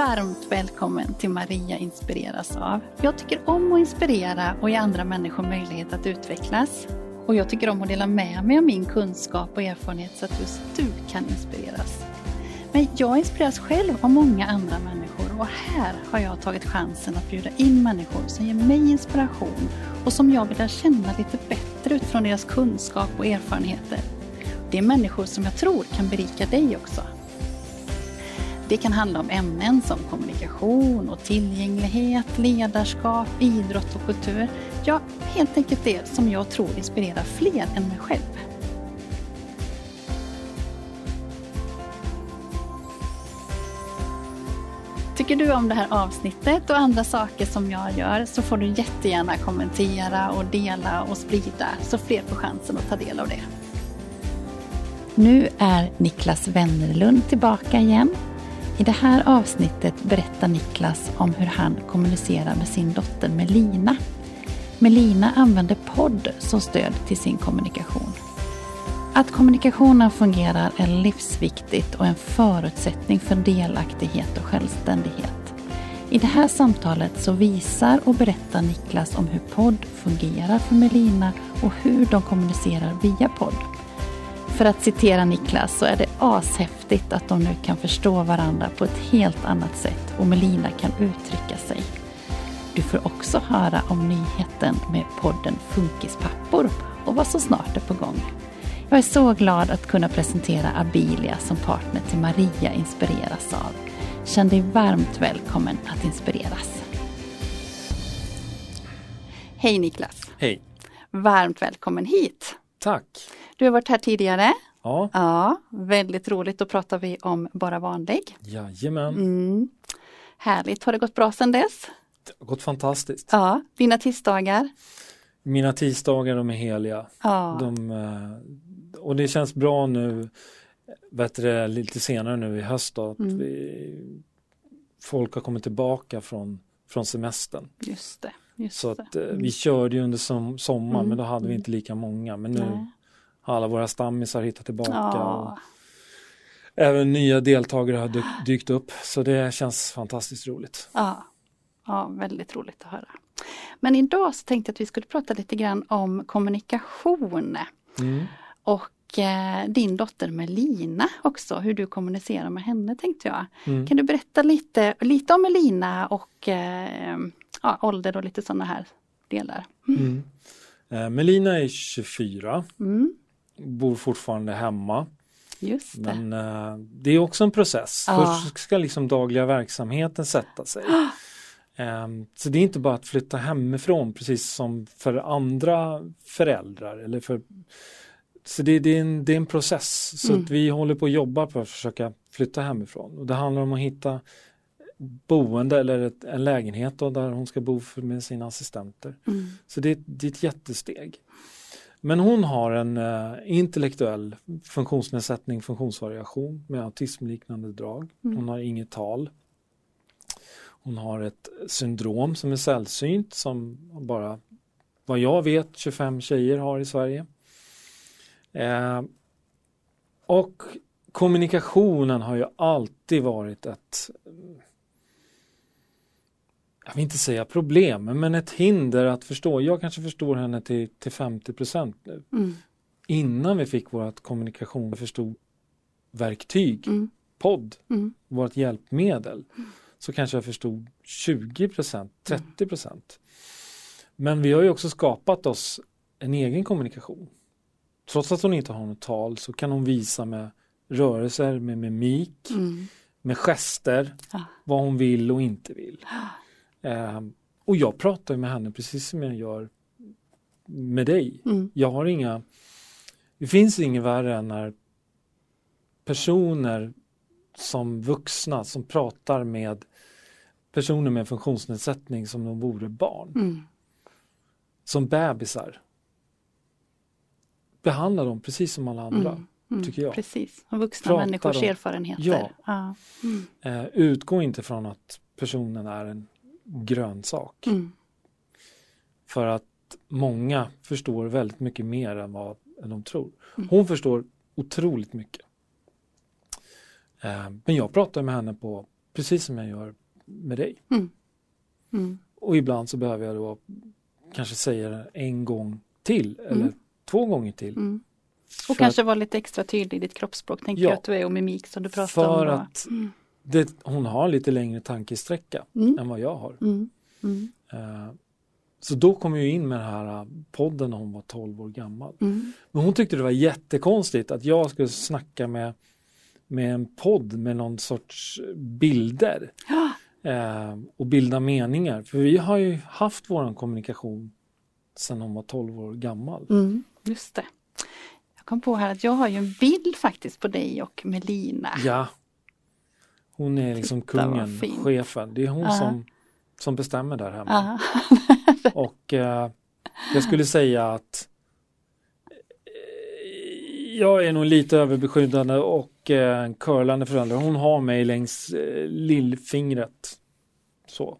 Varmt välkommen till Maria inspireras av. Jag tycker om att inspirera och ge andra människor möjlighet att utvecklas. Och jag tycker om att dela med mig av min kunskap och erfarenhet så att just du kan inspireras. Men jag inspireras själv av många andra människor och här har jag tagit chansen att bjuda in människor som ger mig inspiration och som jag vill lära känna lite bättre utifrån deras kunskap och erfarenheter. Det är människor som jag tror kan berika dig också. Det kan handla om ämnen som kommunikation och tillgänglighet, ledarskap, idrott och kultur. Ja, helt enkelt det som jag tror inspirerar fler än mig själv. Tycker du om det här avsnittet och andra saker som jag gör så får du jättegärna kommentera och dela och sprida så fler får chansen att ta del av det. Nu är Niklas Wennerlund tillbaka igen. I det här avsnittet berättar Niklas om hur han kommunicerar med sin dotter Melina. Melina använder podd som stöd till sin kommunikation. Att kommunikationen fungerar är livsviktigt och en förutsättning för delaktighet och självständighet. I det här samtalet så visar och berättar Niklas om hur podd fungerar för Melina och hur de kommunicerar via podd. För att citera Niklas så är det ashäftigt att de nu kan förstå varandra på ett helt annat sätt och Melina kan uttrycka sig. Du får också höra om nyheten med podden Funkispappor och vad som snart är på gång. Jag är så glad att kunna presentera Abilia som partner till Maria inspireras av. Känn dig varmt välkommen att inspireras. Hej Niklas. Hej. Varmt välkommen hit. Tack. Du har varit här tidigare. Ja. Ja, väldigt roligt. Då pratar vi om Bara vanlig. Jajamän. Härligt. Har det gått bra sedan dess? Det har gått fantastiskt. Ja, dina tisdagar? Mina tisdagar de är heliga. Ja. Och det känns bra nu, lite senare nu i höst då, att folk har kommit tillbaka från semestern. Just det. Så att vi körde ju under sommaren men då hade vi inte lika många. Men nu har alla våra stammisar hittat tillbaka. Och även nya deltagare har dykt upp. Så det känns fantastiskt roligt. Ja, väldigt roligt att höra. Men idag så tänkte jag att vi skulle prata lite grann om kommunikation. Och din dotter Melina också, hur du kommunicerar med henne tänkte jag. Kan du berätta lite om Melina och ålder och lite sådana här delar? Melina är 24. Bor fortfarande hemma. Just det. Men det är också en process. Först ska liksom dagliga verksamheten sätta sig. Så det är inte bara att flytta hemifrån precis som för andra föräldrar. Så det är en process. Så att vi håller på att jobba på att försöka flytta hemifrån. Och det handlar om att hitta boende eller en lägenhet då, där hon ska bo med sina assistenter. Så det är ett jättesteg. Men hon har en intellektuell funktionsnedsättning, funktionsvariation med autismliknande drag. Hon har inget tal. Hon har ett syndrom som är sällsynt som bara, vad jag vet, 25 tjejer har i Sverige. Och kommunikationen har ju alltid varit jag vill inte säga problem, men ett hinder att förstå. Jag kanske förstår henne till 50% nu. Innan vi fick vårt kommunikation förstod verktyg, podd, vårt hjälpmedel. Så kanske jag förstod 20%, 30%. Men vi har ju också skapat oss en egen kommunikation. Trots att hon inte har något tal så kan hon visa med rörelser, med mimik, med gester, vad hon vill och inte vill. Och jag pratar med henne precis som jag gör med dig. Det finns inget värre än när personer som vuxna som pratar med personer med funktionsnedsättning som de vore barn. Som bebisar. Behandla dem precis som alla andra, tycker jag. Precis, och vuxna människors erfarenheter. Ja. Utgå inte från att personen är en grönsak. För att många förstår väldigt mycket mer än vad de tror. Hon förstår otroligt mycket. Men jag pratar med henne på precis som jag gör med dig. Och ibland så behöver jag då kanske säga det en gång till eller 2 gånger till. Och kanske vara lite extra tydlig i ditt kroppsspråk, tänker jag att du är, och mimik som du pratar om. För att hon har lite längre tankesträcka än vad jag har. Så då kom jag in med den här podden när hon var 12 år gammal. Men hon tyckte det var jättekonstigt att jag skulle snacka med en podd med någon sorts bilder. Och bilda meningar. För vi har ju haft våran kommunikation sedan hon var 12 år gammal. Just det. Jag kom på här att jag har ju en bild faktiskt på dig och Melina. Ja. Hon är liksom kungen, chefen. Det är hon som bestämmer där hemma. Och jag skulle säga att jag är nog lite överbeskyddande och curlande förälder. Hon har mig längs lillfingret. Så.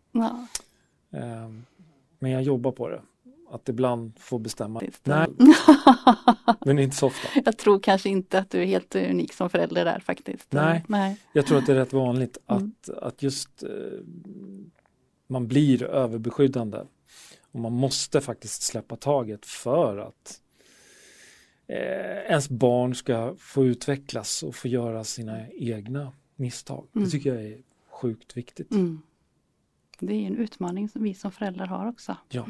Men jag jobbar på det. Att ibland få bestämma. Nej, men inte så ofta. Jag tror kanske inte att du är helt unik som förälder där faktiskt. Nej. Jag tror att det är rätt vanligt att just man blir överbeskyddande. Och man måste faktiskt släppa taget för att ens barn ska få utvecklas och få göra sina egna misstag. Det tycker jag är sjukt viktigt. Det är en utmaning som vi som föräldrar har också. Ja.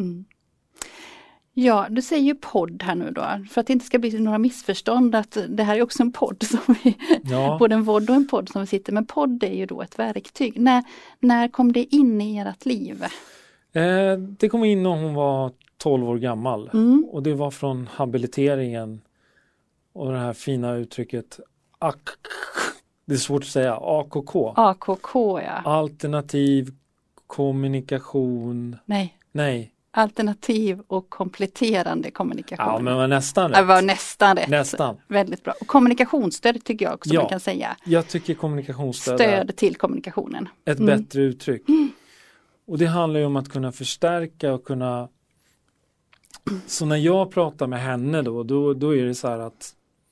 Ja, du säger ju podd här nu då. För att det inte ska bli några missförstånd, att det här är också en podd som både en vodd och en podd som vi sitter. Men podd är ju då ett verktyg. När kom det in i ert liv? Det kom in när hon var 12 år gammal. Och det var från habiliteringen och det här fina uttrycket det är svårt att säga, AKK. AKK, ja. Alternativ kommunikation. Nej. Alternativ och kompletterande kommunikation. Ja, men var nästan rätt. Det var nästan rätt. Nästan. Väldigt bra. Och kommunikationsstöd tycker jag också man kan säga. Jag tycker kommunikationsstöd stöd till kommunikationen. Ett bättre uttryck. Och det handlar ju om att kunna förstärka och kunna... Så när jag pratar med henne då är det så här att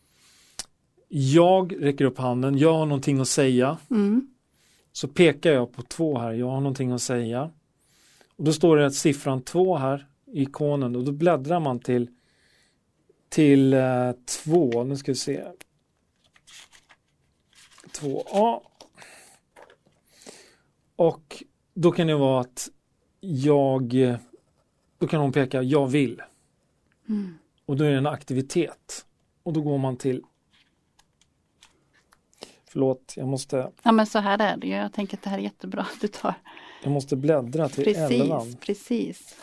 jag räcker upp handen, jag har någonting att säga. Så pekar jag på 2 här, jag har någonting att säga. Och då står det att siffran 2 här i ikonen och då bläddrar man till 2. Nu ska vi se. 2A. Och då kan det vara att då kan hon peka jag vill. Och då är det en aktivitet. Och då går man till förlåt, jag måste... Ja, men så här är det ju. Jag tänker att det här är jättebra att du tar. Jag måste bläddra till 11. Precis.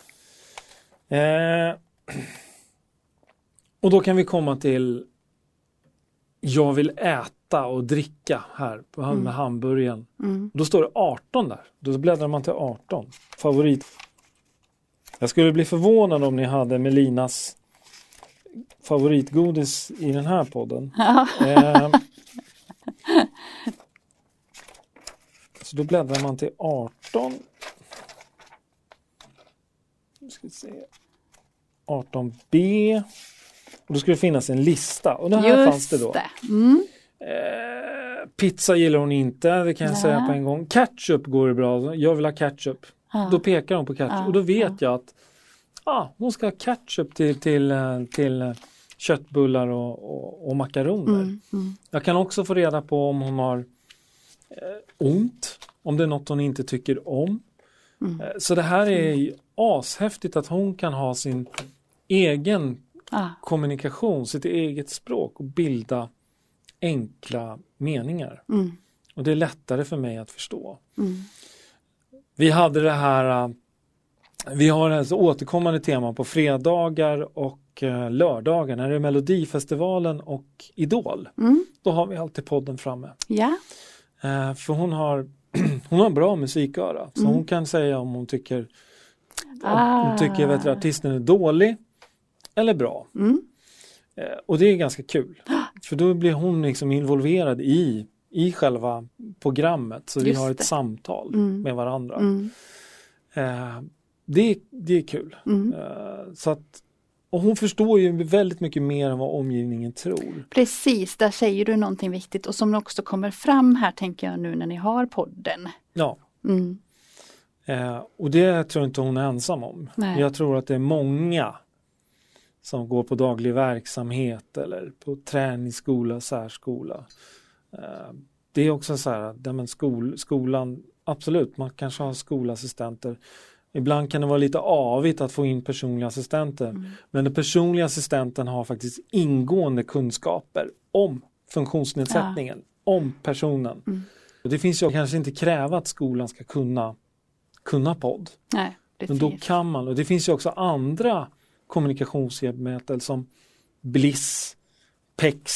Och då kan vi komma till jag vill äta och dricka här med hamburgaren. Då står det 18 där. Då bläddrar man till 18. Favorit. Jag skulle bli förvånad om ni hade Melinas favoritgodis i den här podden. Så då bläddrar man till 18. Nu ska vi se. 18B. Och då skulle det finnas en lista. Och det här fanns det då. Pizza gillar hon inte, det kan jag säga på en gång. Ketchup går det bra. Jag vill ha ketchup. Då pekar hon på ketchup. Och då vet jag att hon ska ha ketchup till köttbullar och makaroner. Jag kan också få reda på om hon har ont. Om det är något hon inte tycker om. Så det här är ashäftigt att hon kan ha sin egen kommunikation, sitt eget språk och bilda enkla meningar. Och det är lättare för mig att förstå. Vi hade det här, vi har ett återkommande tema på fredagar och lördagar när det är Melodifestivalen och Idol. Då har vi alltid podden framme. Ja. För hon har bra musiköra. Så hon kan säga om hon tycker artisten är dålig eller bra. Och det är ganska kul. För då blir hon liksom involverad i själva programmet. Så vi har ett samtal med varandra. Det är kul. Så att Och hon förstår ju väldigt mycket mer än vad omgivningen tror. Precis, där säger du någonting viktigt och som också kommer fram här tänker jag nu när ni har podden. Ja. Och det tror jag inte hon är ensam om. Nej. Jag tror att det är många som går på daglig verksamhet eller på träningsskola, särskola. Det är också så här, skolan, absolut, man kanske har skolassistenter. Ibland kan det vara lite avigt att få in personliga assistenter. Men den personliga assistenten har faktiskt ingående kunskaper om funktionsnedsättningen, om personen. Och det finns ju kanske inte kräva att skolan ska kunna podd. Nej, men då kan man, och det finns ju också andra kommunikationshjälpmedel som Bliss, PEX.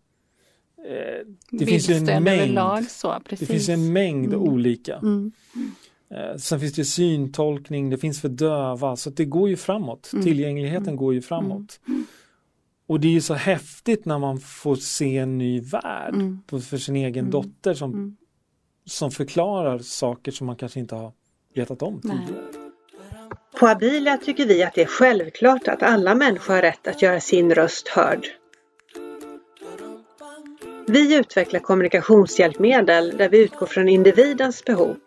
Det finns ju en mängd. Det finns en mängd olika. Sen finns det syntolkning, det finns för döva, så det går ju framåt. Tillgängligheten går ju framåt. Och det är ju så häftigt när man får se en ny värld för sin egen dotter som förklarar saker som man kanske inte har vetat om tidigare. På Abilia tycker vi att det är självklart att alla människor har rätt att göra sin röst hörd. Vi utvecklar kommunikationshjälpmedel där vi utgår från individens behov.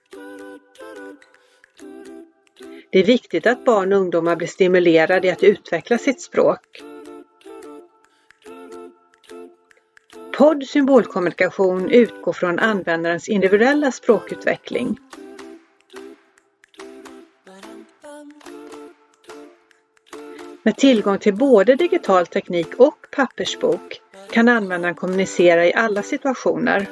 Det är viktigt att barn och ungdomar blir stimulerade i att utveckla sitt språk. Podd-symbolkommunikation utgår från användarens individuella språkutveckling. Med tillgång till både digital teknik och pappersbok kan användaren kommunicera i alla situationer.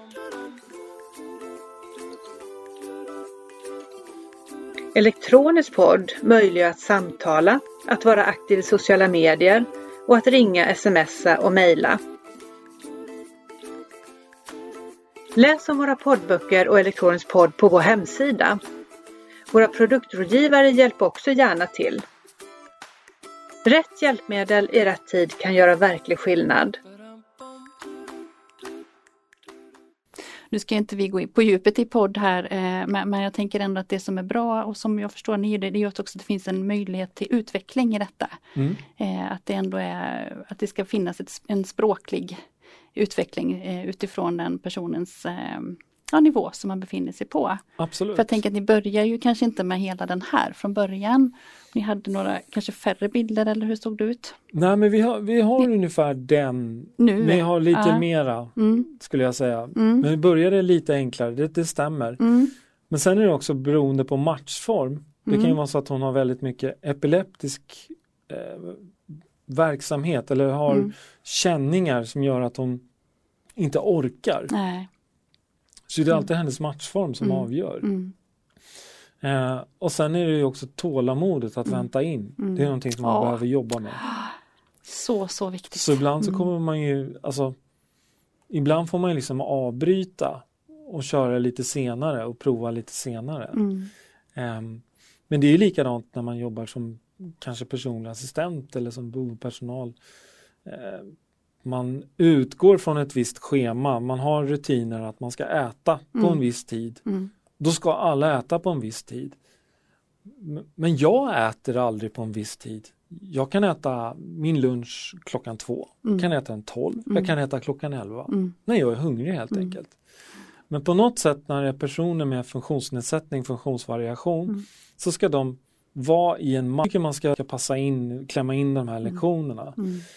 Elektronisk podd möjliggör att samtala, att vara aktiv i sociala medier och att ringa, smsa och mejla. Läs om våra poddböcker och elektronisk podd på vår hemsida. Våra produktrådgivare hjälper också gärna till. Rätt hjälpmedel i rätt tid kan göra verklig skillnad. Nu ska inte vi gå in på djupet i podd här, men jag tänker ändå att det som är bra och som jag förstår ni det är också att det finns en möjlighet till utveckling i detta. Att det ändå är, att det ska finnas en språklig utveckling utifrån den personens nivå som man befinner sig på. Absolut. För jag tänker att ni börjar ju kanske inte med hela den här från början. Ni hade några kanske färre bilder eller hur såg det ut? Nej, men vi har ungefär den. Nu. Ni har lite mera skulle jag säga. Men vi började lite enklare, det stämmer. Men sen är det också beroende på matchform. Det kan ju vara så att hon har väldigt mycket epileptisk verksamhet eller har känningar som gör att hon inte orkar. Nej. Så det är alltid hennes matchform som avgör. Och sen är det ju också tålamodet att vänta in. Det är någonting som man behöver jobba med. Så viktigt. Så ibland så kommer man ju, alltså ibland får man ju liksom avbryta och köra lite senare och prova lite senare. Men det är ju likadant när man jobbar som kanske personlig assistent eller som bopersonal. Man utgår från ett visst schema. Man har rutiner att man ska äta på en viss tid. Då ska alla äta på en viss tid. Men jag äter aldrig på en viss tid. Jag kan äta min lunch klockan 2. Jag kan äta en 12. Jag kan äta klockan 11. När jag är hungrig helt enkelt. Men på något sätt när det är personer med funktionsnedsättning, funktionsvariation så ska de vara i en tycker man ska passa in, klämma in de här lektionerna.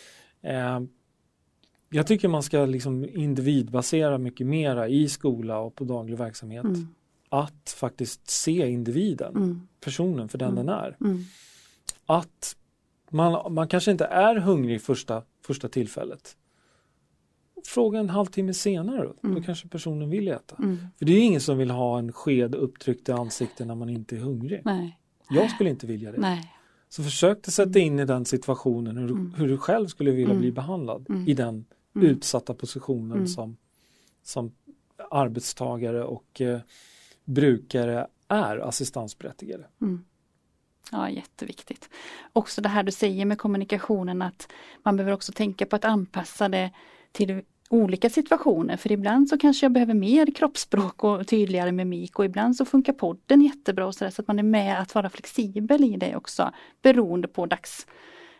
Jag tycker man ska liksom individbasera mycket mera i skola och på daglig verksamhet. Att faktiskt se individen, personen för den är. Att man kanske inte är hungrig första tillfället. Fråga en halvtimme senare då kanske personen vill äta. För det är ingen som vill ha en sked upptryckt i ansiktet när man inte är hungrig. Nej. Jag skulle inte vilja det. Nej. Så försök att sätta in i den situationen hur du själv skulle vilja bli behandlad i den utsatta positionen som arbetstagare och brukare är assistansberättigade. Ja, jätteviktigt. Också det här du säger med kommunikationen att man behöver också tänka på att anpassa det till olika situationer. För ibland så kanske jag behöver mer kroppsspråk och tydligare mimik och ibland så funkar podden jättebra och så att man är med att vara flexibel i det också beroende på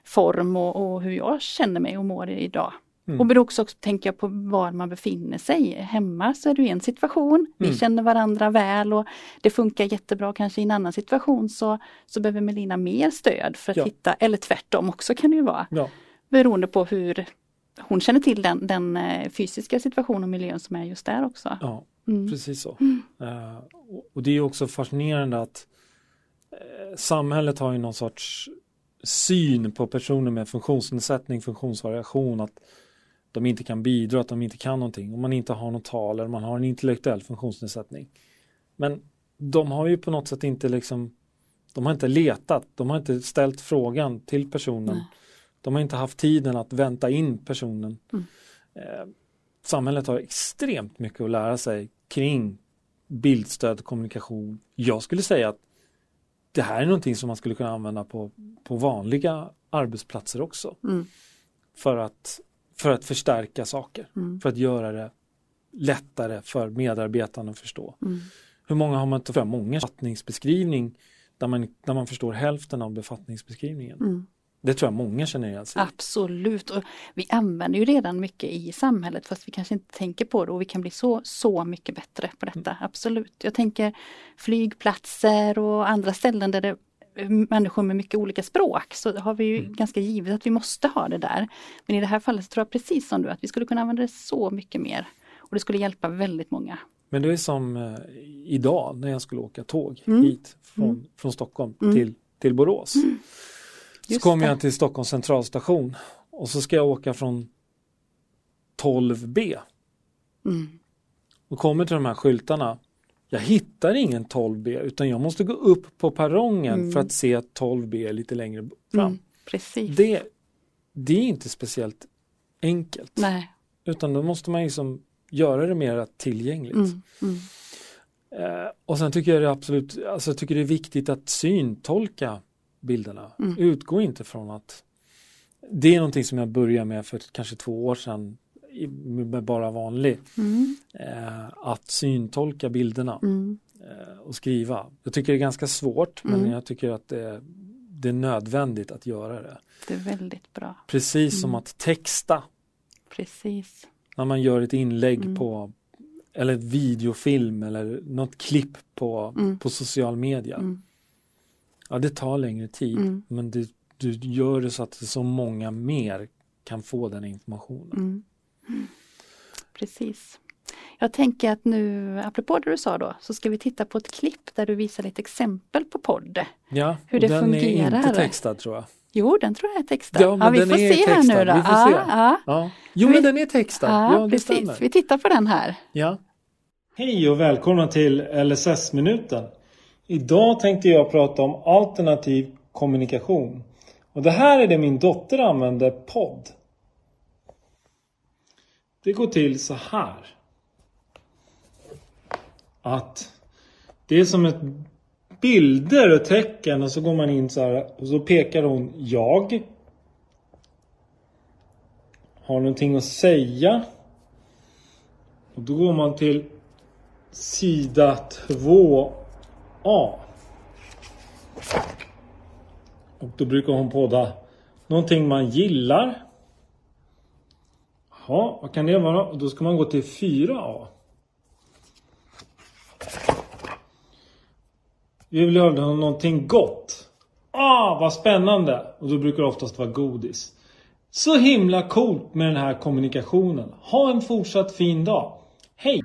form och hur jag känner mig och mår idag. Och beror också tänker jag på var man befinner sig. Hemma så är du i en situation, vi känner varandra väl och det funkar jättebra. Kanske i en annan situation så behöver Melina mer stöd för att hitta, eller tvärtom också kan det ju vara. Ja. Beroende på hur hon känner till den fysiska situation och miljön som är just där också. Ja, precis så. Och det är också fascinerande att samhället har ju någon sorts syn på personer med funktionsnedsättning, funktionsvariation, att de inte kan bidra, att de inte kan någonting. Om man inte har något tal eller man har en intellektuell funktionsnedsättning. Men de har ju på något sätt inte de har inte letat, de har inte ställt frågan till personen. Nej. De har inte haft tiden att vänta in personen. Samhället har extremt mycket att lära sig kring bildstöd och kommunikation. Jag skulle säga att det här är någonting som man skulle kunna använda på vanliga arbetsplatser också. För att förstärka saker. För att göra det lättare för medarbetarna att förstå. Hur många har man inte för? Många befattningsbeskrivning där man förstår hälften av befattningsbeskrivningen. Det tror jag många känner igen sig. Absolut. Och vi använder ju redan mycket i samhället fast vi kanske inte tänker på det och vi kan bli så mycket bättre på detta. Absolut. Jag tänker flygplatser och andra ställen där det är människor med mycket olika språk så har vi ju ganska givet att vi måste ha det där. Men i det här fallet så tror jag precis som du att vi skulle kunna använda det så mycket mer och det skulle hjälpa väldigt många. Men det är som idag när jag skulle åka tåg hit från Stockholm till Borås. Så kom jag till Stockholms centralstation och så ska jag åka från 12B. Och kommer till de här skyltarna. Jag hittar ingen 12B utan jag måste gå upp på perrongen för att se att 12B är lite längre fram. Precis. Det är inte speciellt enkelt. Nej. Utan då måste man göra det mer tillgängligt. Och sen tycker jag det är viktigt att syntolka bilderna. Utgå inte från att det är någonting som jag började med för kanske 2 år sedan med bara vanlig att syntolka bilderna och skriva. Jag tycker det är ganska svårt men jag tycker att det är nödvändigt att göra det. Det är väldigt bra. Precis som att texta. Precis. När man gör ett inlägg på eller ett videofilm eller något klipp på social media. Ja, det tar längre tid men du gör det så att så många mer kan få den informationen. Precis. Jag tänker att nu, apropå det du sa då, så ska vi titta på ett klipp där du visar lite exempel på podd. Ja, hur det den fungerar. är inte textad tror jag. Jo, den tror jag är textad. Ja, men vi den får är se textad. här nu då. Vi får se. Ja. Jo, men den är textad. Ja, det precis. stämmer. Vi tittar på den här. Ja. Hej och välkomna till LSS-minuten. Idag tänkte jag prata om alternativ kommunikation. Och det här är det min dotter använder podd. Det går till så här. Att det är som ett bilder och tecken och så går man in så här och så pekar hon jag. Har någonting att säga. Och då går man till sida 2A. Och då brukar hon podda någonting man gillar. Ja, vad kan det vara? Och då ska man gå till 4A. Vi vill göra någonting gott. Vad spännande. Och då brukar det oftast vara godis. Så himla coolt med den här kommunikationen. Ha en fortsatt fin dag. Hej!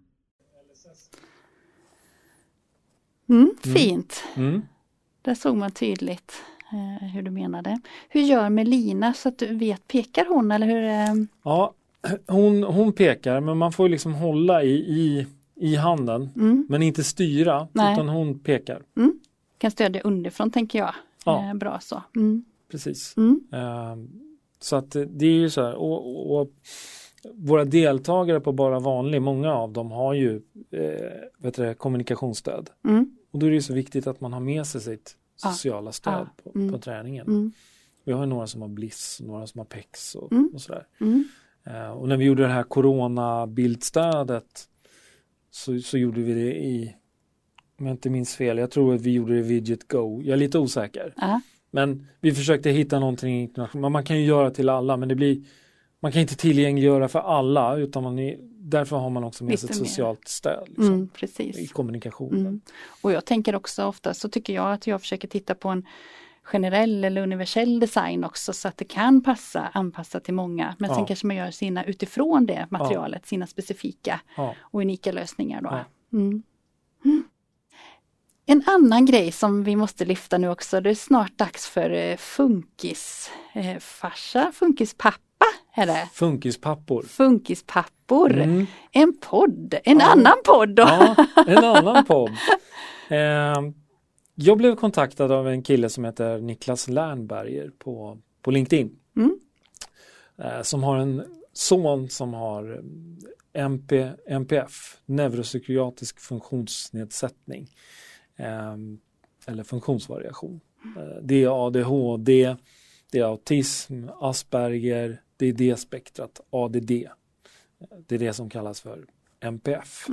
Fint. Där såg man tydligt hur du menade. Hur gör Melina så att du vet, pekar hon eller hur? Ja, hon pekar men man får liksom hålla i handen men inte styra. Nej. Utan hon pekar. Kan stödja underifrån tänker jag. Ja. Bra så. Precis. Så att det är ju så här och våra deltagare på bara vanlig, många av dem har ju kommunikationsstöd. Och då är det så viktigt att man har med sig sitt sociala stöd på träningen. Vi har några som har Bliss, några som har PEX och sådär. Och när vi gjorde det här coronabildsstödet så gjorde vi det i, om jag inte minns fel, jag tror att vi gjorde det i Vidget Go. Jag är lite osäker. Men vi försökte hitta någonting internationellt. Man kan ju göra till alla, men man kan inte tillgängliggöra för alla, utan därför har man också med sig ett socialt stöd liksom, precis. I kommunikationen. Och jag tänker också ofta, så tycker jag att jag försöker titta på en generell eller universell design också, så att det kan anpassa till många. Men sen kanske man gör sina utifrån det materialet, sina specifika och unika lösningar då. En annan grej som vi måste lyfta nu också, det är snart dags för funkispappa är det? Funkispappor. En podd, annan podd då. Ja, en annan podd. Jag blev kontaktad av en kille som heter Niklas Lernberger på LinkedIn. Som har en son som har NPF, neuropsykiatrisk funktionsnedsättning. Eller funktionsvariation. Det är ADHD, det är autism, Asperger, det är det spektrat, ADD. Det är det som kallas för NPF.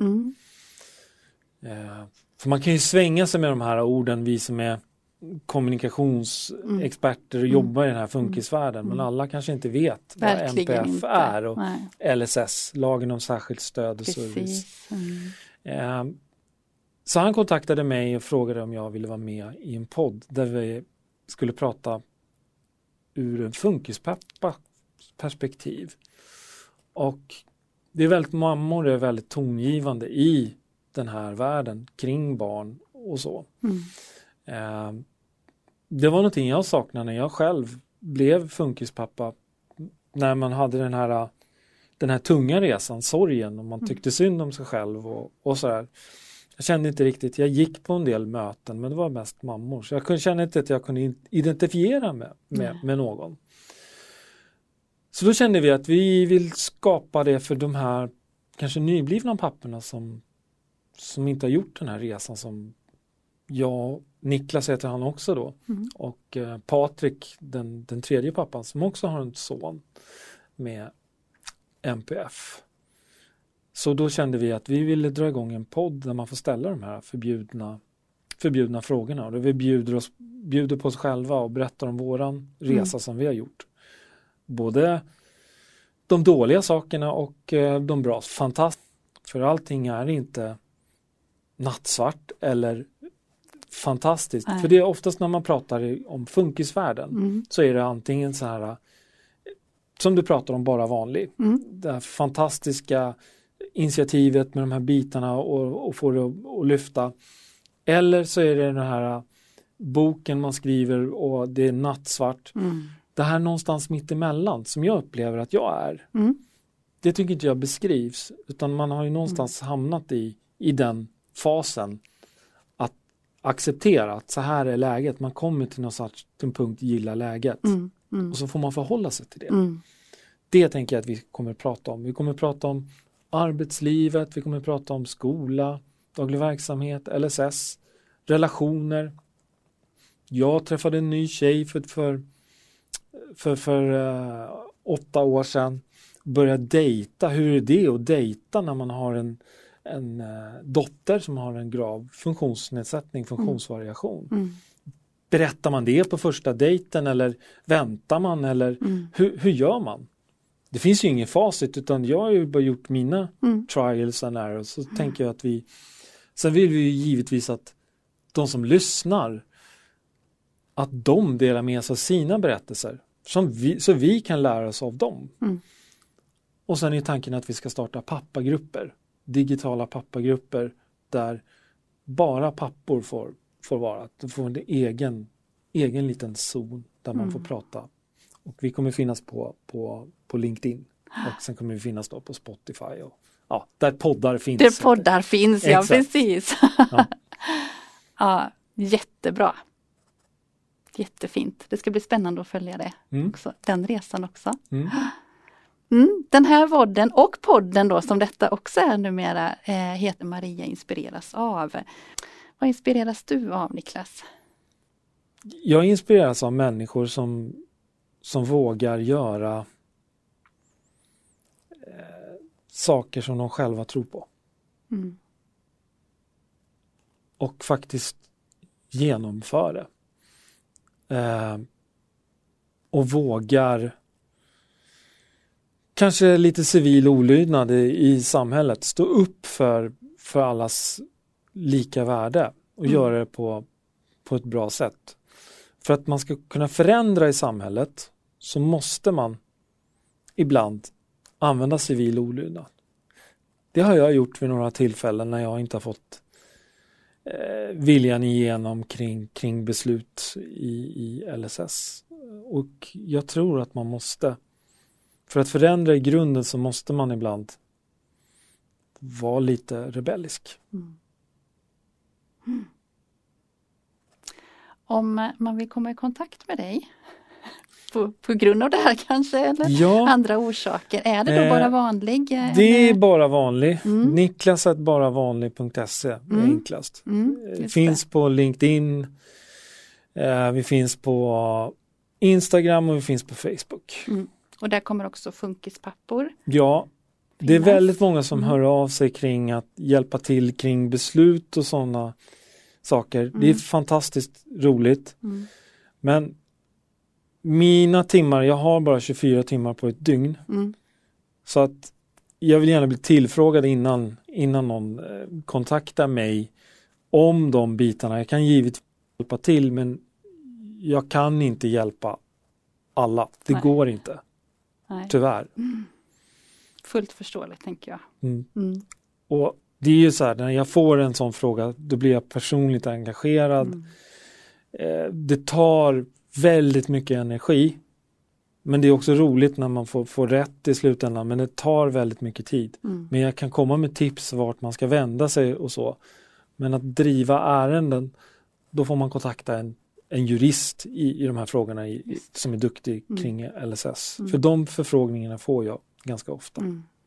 För man kan ju svänga sig med de här orden, vi som är kommunikationsexperter och jobbar i den här funkisvärlden, men alla kanske inte vet verkligen vad NPF inte är och LSS, lagen om särskilt stöd och service. Så han kontaktade mig och frågade om jag ville vara med i en podd där vi skulle prata ur en funkispappa-perspektiv. Och det är väldigt, mammor är väldigt tongivande i den här världen kring barn och så. Det var någonting jag saknade när jag själv blev funkispappa, när man hade den här tunga resan, sorgen, och man tyckte synd om sig själv och så här. Jag kände inte riktigt, jag gick på en del möten, men det var mest mammor. Så jag kände inte att jag kunde identifiera mig med någon. Så då kände vi att vi vill skapa det för de här kanske nyblivna papporna som inte har gjort den här resan som jag, Niklas heter han också då, och Patrik, den tredje pappan, som också har en son med NPF. Så då kände vi att vi ville dra igång en podd där man får ställa de här förbjudna frågorna. Och där vi bjuder på oss själva och berättar om våran resa som vi har gjort. Både de dåliga sakerna och de bra. Fantastiskt. För allting är inte nattsvart eller fantastiskt. Nej. För det är oftast när man pratar om funkisvärlden så är det antingen så här som du pratar om, bara vanlig. Det här fantastiska initiativet med de här bitarna och få det att lyfta. Eller så är det den här boken man skriver och det är nattsvart. Det här någonstans mitt emellan som jag upplever att jag är. Det tycker inte jag beskrivs, utan man har ju någonstans hamnat i den fasen att acceptera att så här är läget. Man kommer till någon sorts punkt, gilla läget. Och så får man förhålla sig till det. Det tänker jag att vi kommer att prata om. Vi kommer att prata om arbetslivet, vi kommer att prata om skola, daglig verksamhet, LSS, relationer. Jag träffade en ny tjej för 8 år sedan. Började dejta. Hur är det att dejta när man har en dotter som har en grav funktionsnedsättning, funktionsvariation? Berättar man det på första dejten eller väntar man? Eller hur gör man? Det finns ju ingen facit, utan jag har ju bara gjort mina trials and errors. Så tänker jag att sen vill vi ju givetvis att de som lyssnar, att de delar med sig av sina berättelser. Så vi kan lära oss av dem. Och sen är tanken att vi ska starta pappagrupper. Digitala pappagrupper där bara pappor får vara. De får en egen liten zon där man får prata. Och vi kommer finnas på LinkedIn. Och sen kommer vi finnas då på Spotify. Och, där poddar finns. Där poddar finns, ja, precis. Ja, jättebra. Jättefint. Det ska bli spännande att följa det också. Den resan också. Den här podden då, som detta också är numera, heter Maria inspireras av. Vad inspireras du av, Niklas? Jag inspireras av människor som vågar göra saker som de själva tror på. Och faktiskt genomför det. och vågar kanske lite civil olydnad i samhället. Stå upp för allas lika värde och göra det på ett bra sätt. För att man ska kunna förändra i samhället så måste man ibland använda civil olydnad. Det har jag gjort vid några tillfällen när jag inte har fått viljan igenom kring beslut i LSS. Och jag tror att man måste, för att förändra i grunden så måste man ibland vara lite rebellisk. Om man vill komma i kontakt med dig på grund av det här kanske eller andra orsaker, är det då bara vanlig? Det är bara vanlig. Niklas@baravanlig.se är enklast. Finns på LinkedIn, vi finns på Instagram och vi finns på Facebook. Och där kommer också funkispappor. Ja, det är väldigt många som hör av sig kring att hjälpa till kring beslut och sådana saker. Det är fantastiskt roligt. Men mina timmar, jag har bara 24 timmar på ett dygn. Så att jag vill gärna bli tillfrågad innan någon kontaktar mig om de bitarna. Jag kan givetvis hjälpa till, men jag kan inte hjälpa alla. Det går inte. Nej. Tyvärr. Fullt förståeligt, tänker jag. Och det är ju så här, när jag får en sån fråga, då blir jag personligt engagerad. Det tar väldigt mycket energi. Men det är också roligt när man får rätt i slutändan. Men det tar väldigt mycket tid. Men jag kan komma med tips vart man ska vända sig och så. Men att driva ärenden, då får man kontakta en jurist i de här frågorna som är duktig kring LSS. För de förfrågningarna får jag ganska ofta.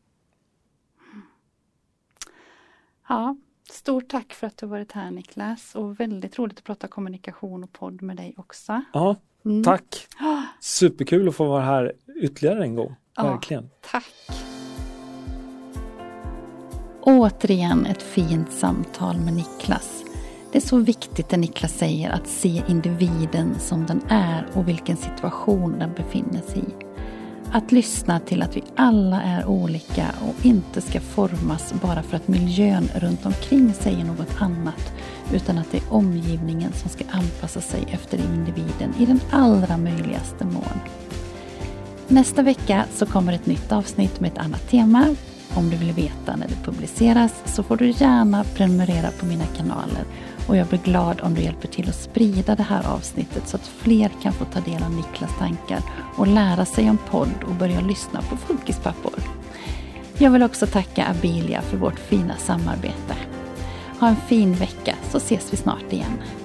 Ja, stort tack för att du varit här, Niklas. Och väldigt roligt att prata kommunikation och podd med dig också. Ja, tack. Superkul att få vara här ytterligare en gång. Verkligen. Tack. Återigen ett fint samtal med Niklas. Det är så viktigt det Niklas säger, att se individen som den är och vilken situation den befinner sig i. Att lyssna till att vi alla är olika och inte ska formas bara för att miljön runt omkring säger något annat, utan att det är omgivningen som ska anpassa sig efter individen i den allra möjligaste mån. Nästa vecka så kommer ett nytt avsnitt med ett annat tema. Om du vill veta när det publiceras så får du gärna prenumerera på mina kanaler, och jag blir glad om du hjälper till att sprida det här avsnittet så att fler kan få ta del av Niklas tankar och lära sig om podd och börja lyssna på funkispappor. Jag vill också tacka Abilia för vårt fina samarbete. Ha en fin vecka, så ses vi snart igen.